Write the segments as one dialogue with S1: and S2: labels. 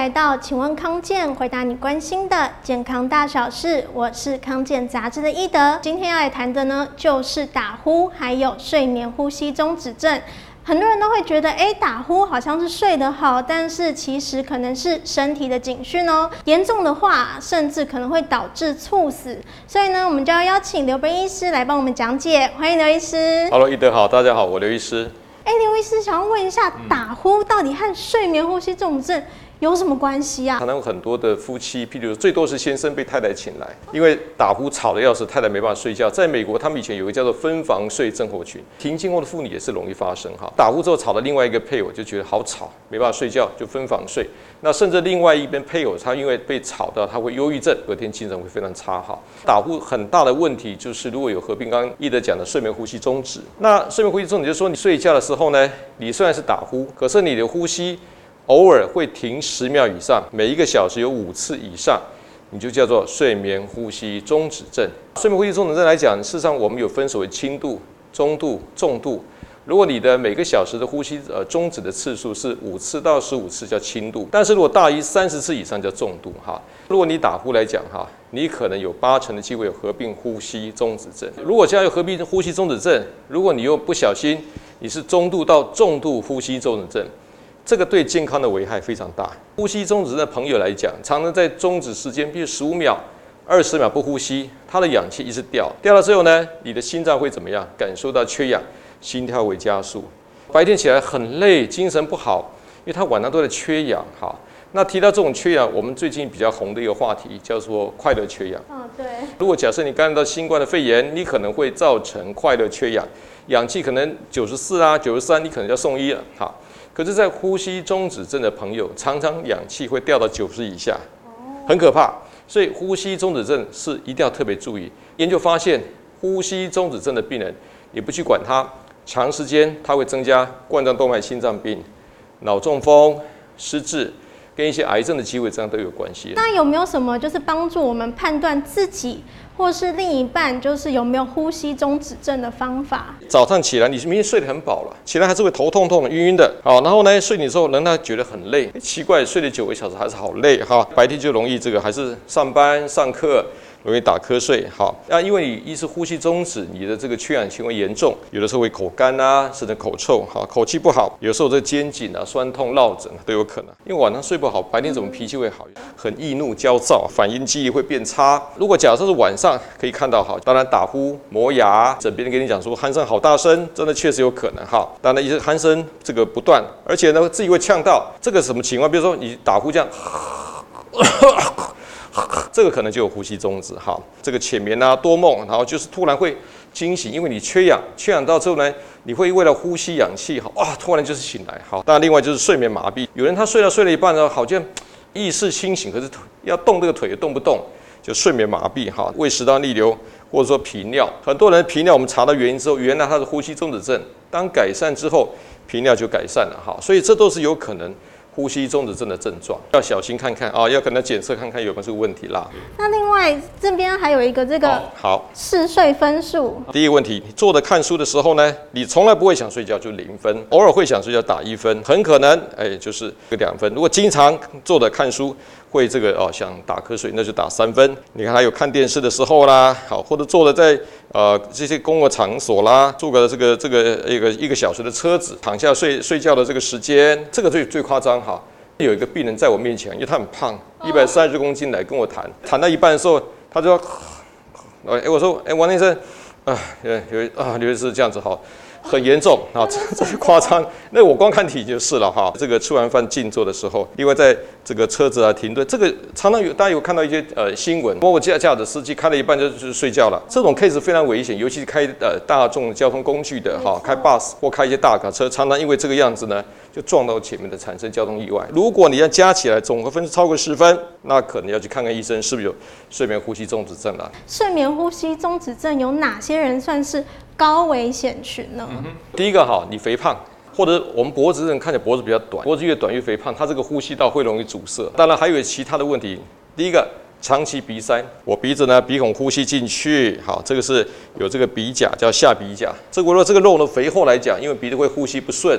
S1: 来到请问康健，回答你关心的健康大小事。我是康健杂志的一德，今天要来谈的呢，就是打呼还有睡眠呼吸中止症。很多人都会觉得，打呼好像是睡得好，但是其实可能是身体的警讯哦。严重的话，甚至可能会导致猝死。所以呢，我们就要邀请刘彬医师来帮我们讲解。欢迎刘医师。
S2: Hello， 一德好，大家好，我刘医师。
S1: 刘医师想要问一下，打呼到底和睡眠呼吸中止症有什么关系啊？
S2: 常常有很多的夫妻，譬如最多是先生被太太请来，因为打呼吵得要死，太太没办法睡觉。在美国，他们以前有一个叫做分房睡症候群，停经后的妇女也是容易发生哈。打呼之后吵的另外一个配偶就觉得好吵，没办法睡觉，就分房睡。那甚至另外一边配偶他因为被吵到，他会忧郁症，隔天精神会非常差哈。打呼很大的问题就是如果有合并刚刚一德讲的睡眠呼吸中止，那睡眠呼吸中止就是说你睡觉的时候呢，你虽然是打呼，可是你的呼吸偶尔会停10秒以上，每1个小时有5次以上，你就叫做睡眠呼吸中止症。睡眠呼吸中止症来讲，事实上我们有分所谓轻度、中度、重度。如果你的每个小时的呼吸中止的次数是5次到15次叫轻度，但是如果大于30次以上叫重度哈。如果你打呼来讲哈，你可能有80%的机会有合并呼吸中止症。如果家有合并呼吸中止症，如果你又不小心你是中度到重度呼吸中止症，这个对健康的危害非常大。呼吸中止症的朋友来讲，常常在终止时间，比如15秒、20秒不呼吸，他的氧气一直掉了之后呢，你的心脏会怎么样？感受到缺氧，心跳会加速，白天起来很累，精神不好，因为他晚上都在缺氧。好，那提到这种缺氧，我们最近比较红的一个话题叫做快乐缺氧。
S1: 对。
S2: 如果假设你感染到新冠的肺炎，你可能会造成快乐缺氧，氧气可能94啊、93，你可能要送医了。好。可是，在呼吸中止症的朋友，常常氧气会掉到90以下，很可怕。所以，呼吸中止症是一定要特别注意。研究发现，呼吸中止症的病人，你不去管它，长时间它会增加冠状动脉心脏病、脑中风、失智，跟一些癌症的机会这样都有关系。
S1: 那有没有什么就是帮助我们判断自己或是另一半就是有没有呼吸中止症的方法？
S2: 早上起来，你明明睡得很饱了，起来还是会头痛痛的、晕晕的。好，然后呢，睡你之后，让他觉得很累。奇怪，睡了9个小时还是好累哈。白天就容易还是上班上课。容易打瞌睡，好，因为你一是呼吸中止，你的这个缺氧情况严重，有的时候会口干啊，甚至口臭，好，口气不好，有时候这肩颈啊酸痛、落枕都有可能。因为晚上睡不好，白天怎么脾气会好？很易怒、焦躁，反应记忆会变差。如果假设是晚上，可以看到好，当然打呼、磨牙，枕边人跟你讲说鼾声好大声，真的确实有可能哈。当然一直鼾声这个不断，而且呢自己会呛到，这个什么情况？比如说你打呼这样。这个可能就有呼吸中止哈，这个浅眠啊、多梦，然后就是突然会惊醒，因为你缺氧到之后呢，你会为了呼吸氧气，突然就是醒来。好，当然另外就是睡眠麻痹，有人他睡了一半呢，好像意识清醒，可是要动这个腿也动不动，就睡眠麻痹哈，胃食道逆流或者说频尿，很多人频尿我们查到原因之后，原来他是呼吸中止症，当改善之后，频尿就改善了哈，所以这都是有可能。呼吸中止症的症状要小心看看啊，要可能检测看看有没有这个问题啦。
S1: 那另外这边还有一个这个
S2: 好
S1: 嗜睡分数。
S2: 第一个问题，你坐着看书的时候呢，你从来不会想睡觉就0分，偶尔会想睡觉打1分，很可能就是2分。如果经常坐着看书会想打瞌睡，那就打3分。你看还有看电视的时候啦，好，或者坐着在这些公共场所啦，坐个1个小时的车子，躺下睡觉的这个时间，这个最夸张哈。有一个病人在我面前，因为他很胖，130公斤来跟我谈到一半的时候，他就我说王先生刘医师这样子好。很严重啊，这是夸张。那我光看体就是了哈。这个吃完饭静坐的时候，另外在这个车子啊停顿，这个常常大家有看到一些新闻，包括驾驶司机开了一半就是睡觉了，这种 case 非常危险，尤其是开大众交通工具的哈，开 bus 或开一些大卡车，常常因为这个样子呢，就撞到前面的，产生交通意外。如果你要加起来总和分数超过10分，那可能要去看看医生，是不是有睡眠呼吸中止症了。
S1: 睡眠呼吸中止症有哪些人算是高危险群呢？
S2: 第一个你肥胖，或者我们脖子人看起来脖子比较短，脖子越短越肥胖，它这个呼吸道会容易阻塞。当然还有其他的问题。第一个，长期鼻塞，我鼻子呢鼻孔呼吸进去，好，这个是有这个鼻甲叫下鼻甲。如果这个肉呢肥厚来讲，因为鼻子会呼吸不顺，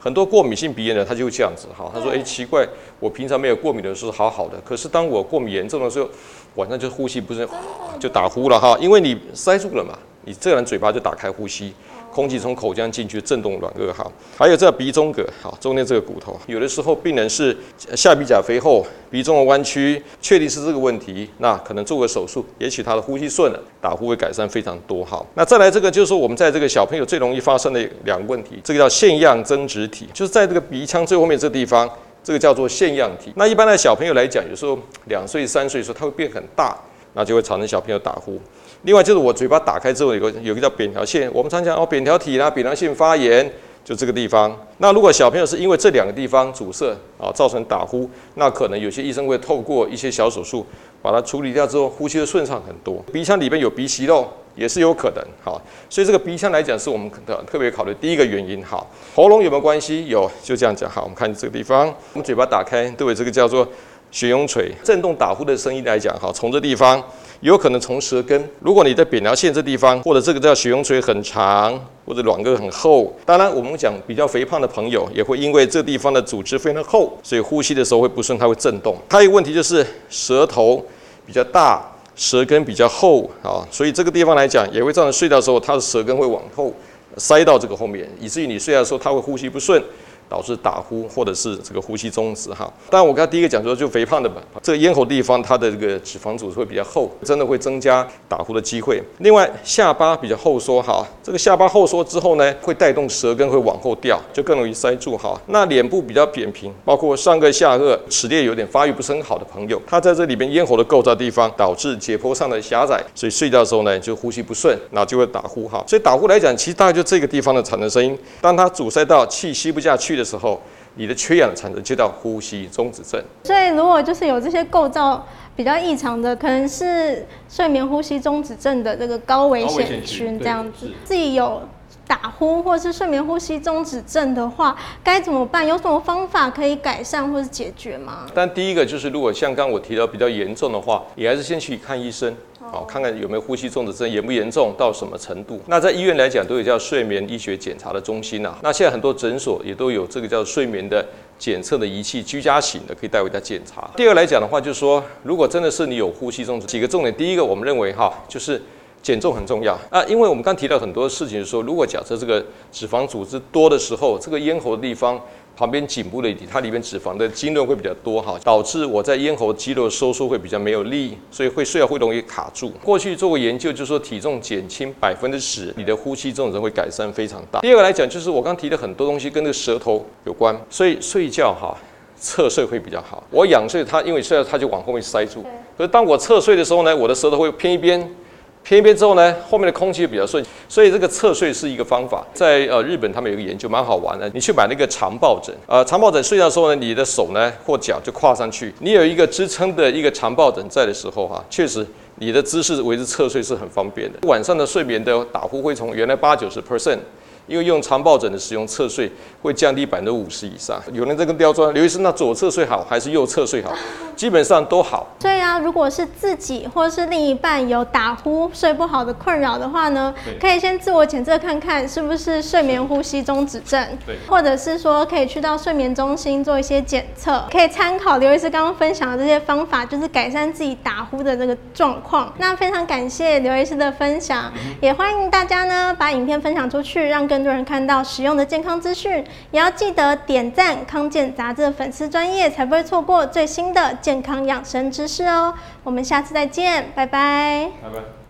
S2: 很多过敏性鼻炎的他就会这样子哈，他说奇怪，我平常没有过敏的时候好好的，可是当我过敏严重的时候，晚上就呼吸不顺，就打呼了哈，因为你塞住了嘛，你这个人嘴巴就打开呼吸。空气从口腔进去震动软腭哈，还有这鼻中隔好，中间这个骨头，有的时候病人是下鼻甲肥厚、鼻中的弯曲，确定是这个问题，那可能做个手术，也许他的呼吸顺了，打呼会改善非常多哈。那再来这个就是说我们在这个小朋友最容易发生的两个问题，这个叫腺样增殖体，就是在这个鼻腔最后面这个地方，这个叫做腺样体。那一般的小朋友来讲，有时候2岁、3岁的时候，它会变很大，那就会产生小朋友打呼。另外就是我嘴巴打开之后有一个叫扁桃腺，我们常讲扁桃体啦、扁桃腺发炎，就这个地方。那如果小朋友是因为这2个地方阻塞造成打呼，那可能有些医生会透过一些小手术把它处理掉之后，呼吸的顺畅很多。鼻腔里面有鼻息肉也是有可能所以这个鼻腔来讲是我们特别考虑第一个原因喉咙有没有关系？有，就这样讲我们看这个地方，我们嘴巴打开都有这个叫做血涌垂，震动打呼的声音来讲从这地方。有可能从舌根，如果你在扁桃腺这地方，或者这个叫血涌垂很长，或者软腭很厚，当然我们讲比较肥胖的朋友，也会因为这地方的组织非常厚，所以呼吸的时候会不顺，它会震动。还有一个问题就是舌头比较大，舌根比较厚所以这个地方来讲，也会造成睡觉的时候，它的舌根会往后塞到这个后面，以至于你睡觉的时候，它会呼吸不顺。导致打呼或者是这个呼吸中止当然我刚才第一个讲说就肥胖的这个咽喉地方，它的这个脂肪组织会比较厚，真的会增加打呼的机会。另外下巴比较后缩这个下巴后缩之后呢，会带动舌根会往后掉，就更容易塞住那脸部比较扁平，包括上颚下颚齿列有点发育不是很好的朋友，他在这里边咽喉的构造地方导致解剖上的狭窄，所以睡觉的时候呢就呼吸不顺，那就会打呼所以打呼来讲，其实大概就这个地方的产生声音，当它阻塞到气吸不下去的时候，你的缺氧的产生就叫呼吸中止症。
S1: 所以如果就是有这些构造比较异常的，可能是睡眠呼吸中止症的这个高危险群这样子，自己有打呼或是睡眠呼吸中止症的话，该怎么办？有什么方法可以改善或是解决吗？
S2: 但第一个就是，如果像刚刚我提到比较严重的话，也还是先去看医生。看看有没有呼吸中止症，严不严重，到什么程度。那在医院来讲，都有叫睡眠医学检查的中心那现在很多诊所也都有这个叫睡眠的检测的仪器，居家型的可以带回家检查。第二个来讲的话，就是说，如果真的是你有呼吸中止，几个重点。第一个，我们认为就是减重很重要因为我们刚提到很多事情的时候，如果假设这个脂肪组织多的时候，这个咽喉的地方。旁边颈部的它里面脂肪的经络会比较多导致我在咽喉肌肉收缩会比较没有力，所以睡觉会容易卡住。过去做过研究，就是说体重减轻10%，你的呼吸中止会改善非常大。第二个来讲，就是我刚提的很多东西跟这个舌头有关，所以睡觉侧睡会比较好。我仰睡因为睡觉它就往后面塞住，可是当我侧睡的时候呢，我的舌头会偏一边。偏一边之后呢，后面的空气比较顺，所以这个侧睡是一个方法。在日本他们有一个研究蛮好玩的，你去买那个长抱枕，长抱枕睡觉的时候呢，你的手呢或脚就跨上去，你有一个支撑的一个长抱枕在的时候确实你的姿势维持侧睡是很方便的。晚上的睡眠的打呼会从原来80-90%。因为用长抱枕的使用侧睡会降低50%以上。有人在跟刁钻，刘医师，那左侧睡好还是右侧睡好？基本上都好。
S1: 所以如果是自己或是另一半有打呼、睡不好的困扰的话呢，可以先自我检测看看是不是睡眠呼吸中止症，或者是说可以去到睡眠中心做一些检测，可以参考刘医师刚刚分享的这些方法，就是改善自己打呼的这个状况。那非常感谢刘医师的分享，也欢迎大家呢把影片分享出去，让更多人看到实用的健康资讯，也要记得点赞康健杂志的粉丝专页，才不会错过最新的健康养生知识哦。我们下次再见，拜拜。
S2: 拜拜。